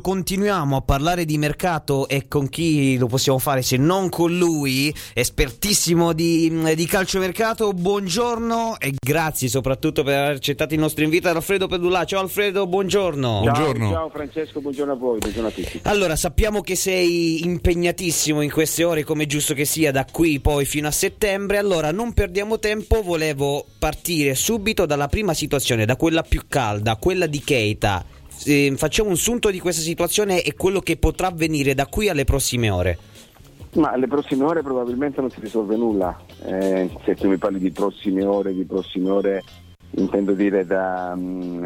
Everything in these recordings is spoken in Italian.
continuiamo a parlare di mercato, e con chi lo possiamo fare se non con lui, espertissimo di calciomercato. Buongiorno e grazie soprattutto per aver accettato il nostro invito, Alfredo Pedulà. Ciao Alfredo, buongiorno. Ciao Francesco, buongiorno a voi, buongiorno a tutti. Allora, sappiamo che sei impegnatissimo in queste ore, come è giusto che sia, da qui poi fino a settembre. Allora non perdiamo tempo, volevo partire subito dalla prima situazione, da quella più calda, quella di Keita. Facciamo un sunto di questa situazione e quello che potrà avvenire da qui alle prossime ore. Ma alle prossime ore probabilmente non si risolve nulla. Se tu mi parli di prossime ore intendo dire da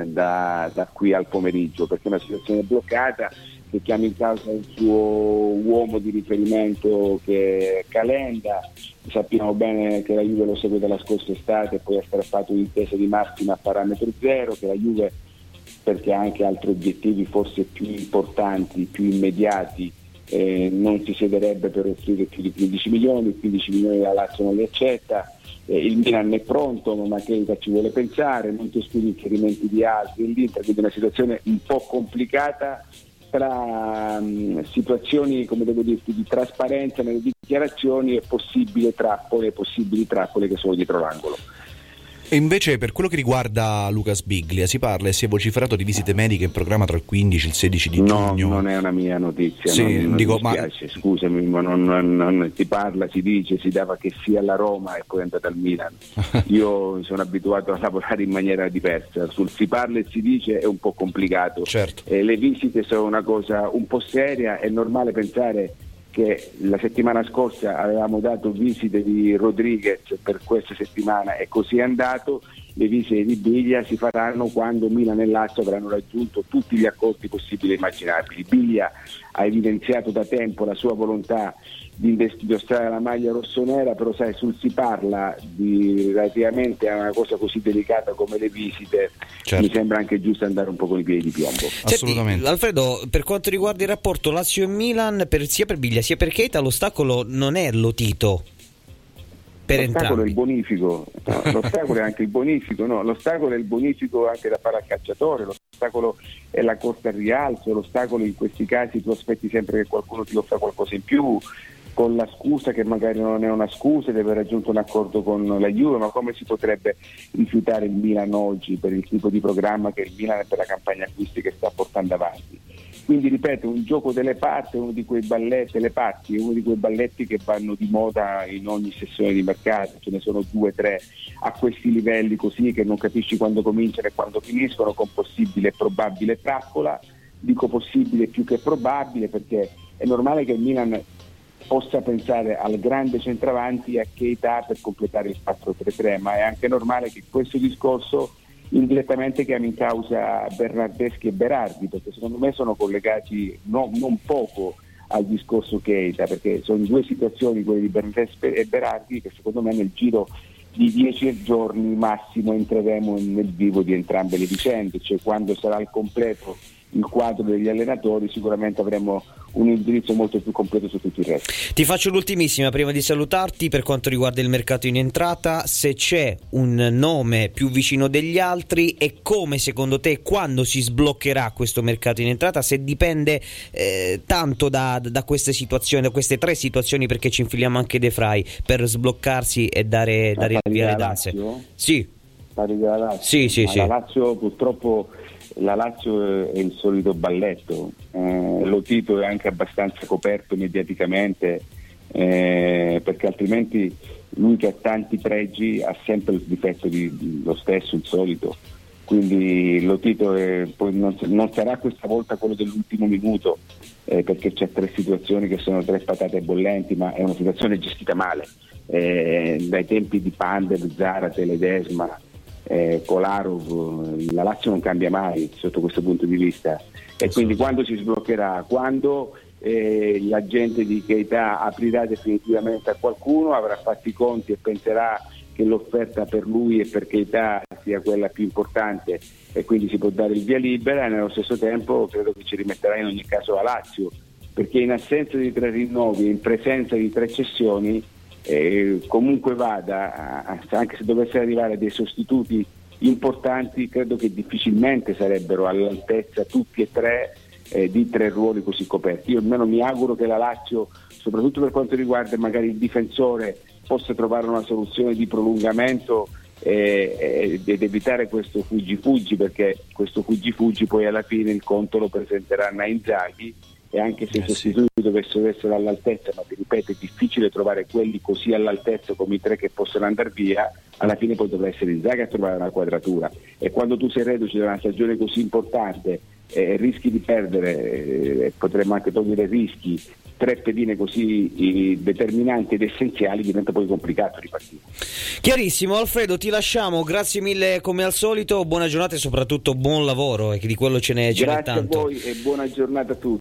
qui al pomeriggio, perché è una situazione bloccata che chiama in causa il suo uomo di riferimento, che è Calenda. Sappiamo bene che la Juve lo segue dalla scorsa estate e poi ha strappato un'intesa di massima a parametro zero, che la Juve, perché ha anche altri obiettivi forse più importanti, più immediati, non si siederebbe per offrire più di 15 milioni, la Lazio non li accetta, il Milan è pronto, ma Keita ci vuole pensare, non ti escludi chiarimenti di altri, l'Inter, quindi è una situazione un po' complicata tra situazioni, come devo dirti, di trasparenza nelle dichiarazioni e possibili trappole che sono dietro l'angolo. E invece per quello che riguarda Lucas Biglia, si parla e si è vociferato di visite mediche in programma tra il 15 e il 16 di giugno. No, non è una mia notizia, sì, non mi dispiace, scusami, ma non si parla, si dice, si dava che sia alla Roma e poi è andata al Milan. Io sono abituato a lavorare in maniera diversa, sul si parla e si dice è un po' complicato. Certo. Le visite sono una cosa un po' seria, è normale pensare che la settimana scorsa avevamo dato visite di Rodriguez per questa settimana e così è andato. Le visite di Biglia si faranno quando Milan e Lazio avranno raggiunto tutti gli accordi possibili e immaginabili. Biglia ha evidenziato da tempo la sua volontà di indossare la maglia rossonera, però sai, si parla relativamente a una cosa così delicata come le visite, certo. Mi sembra anche giusto andare un po' con i piedi di piombo. Assolutamente. Senti, Alfredo, per quanto riguarda il rapporto Lazio e Milan, sia per Biglia sia per Keita, l'ostacolo non è Lotito. L'ostacolo è il bonifico, no, l'ostacolo è anche il bonifico, no, l'ostacolo è il bonifico anche da fare al calciatore, l'ostacolo è la corsa al rialzo, l'ostacolo in questi casi tu aspetti sempre che qualcuno ti offra qualcosa in più, con la scusa che magari non è una scusa di aver raggiunto un accordo con la Juve, ma come si potrebbe rifiutare il Milan oggi per il tipo di programma che il Milan e per la campagna acquisti che sta portando avanti? Quindi ripeto, un gioco delle parti, uno di quei balletti che vanno di moda in ogni sessione di mercato, ce ne sono 2 o 3 a questi livelli così che non capisci quando cominciano e quando finiscono, con possibile e probabile trappola. Dico possibile più che probabile perché è normale che il Milan possa pensare al grande centravanti e a Keita per completare il 4-3-3, ma è anche normale che questo discorso indirettamente chiami in causa Bernardeschi e Berardi, perché secondo me sono collegati non poco al discorso Keita, perché sono 2 situazioni, quelle di Bernardeschi e Berardi, che secondo me nel giro di 10 giorni massimo entreremo nel vivo di entrambe le vicende, cioè quando sarà al completo il quadro degli allenatori sicuramente avremo un indirizzo molto più completo su tutto il resto. Ti faccio l'ultimissima prima di salutarti per quanto riguarda il mercato in entrata, se c'è un nome più vicino degli altri e come secondo te quando si sbloccherà questo mercato in entrata, se dipende tanto da queste situazioni, da queste 3 situazioni, perché ci infiliamo anche De Vrij per sbloccarsi e dare il via alle danze. Sì. Sì. La Lazio purtroppo la Lazio è il solito balletto, Lotito è anche abbastanza coperto mediaticamente, perché altrimenti lui che ha tanti pregi ha sempre il difetto lo stesso, il solito, quindi Lotito poi non sarà questa volta quello dell'ultimo minuto, perché c'è 3 situazioni che sono 3 patate bollenti, ma è una situazione gestita male, dai tempi di Pandev, Zarate, Ledesma, Kolarov, la Lazio non cambia mai sotto questo punto di vista, e quindi quando si sbloccherà, quando la gente di Keita aprirà definitivamente a qualcuno, avrà fatto i conti e penserà che l'offerta per lui e per Keita sia quella più importante e quindi si può dare il via libera, e nello stesso tempo credo che ci rimetterà in ogni caso la Lazio, perché in assenza di 3 rinnovi e in presenza di 3 cessioni, comunque vada, anche se dovessero arrivare dei sostituti importanti, credo che difficilmente sarebbero all'altezza tutti e 3 di 3 ruoli così coperti. Io almeno mi auguro che la Lazio, soprattutto per quanto riguarda magari il difensore, possa trovare una soluzione di prolungamento ed evitare questo fuggi-fuggi, perché questo fuggi-fuggi poi alla fine il conto lo presenteranno a Inzaghi, e anche se i sostituti dovessero essere all'altezza, ma ti ripeto è difficile trovare quelli così all'altezza come i 3 che possono andare via, alla fine poi dovrà essere Inzaghi a trovare una quadratura, e quando tu sei reduce da una stagione così importante rischi di perdere, potremmo anche togliere rischi, 3 pedine così determinanti ed essenziali, diventa poi complicato ripartire. Chiarissimo. Alfredo, ti lasciamo, grazie mille come al solito, buona giornata e soprattutto buon lavoro, e che di quello ce n'è tanto. Grazie a voi e buona giornata a tutti.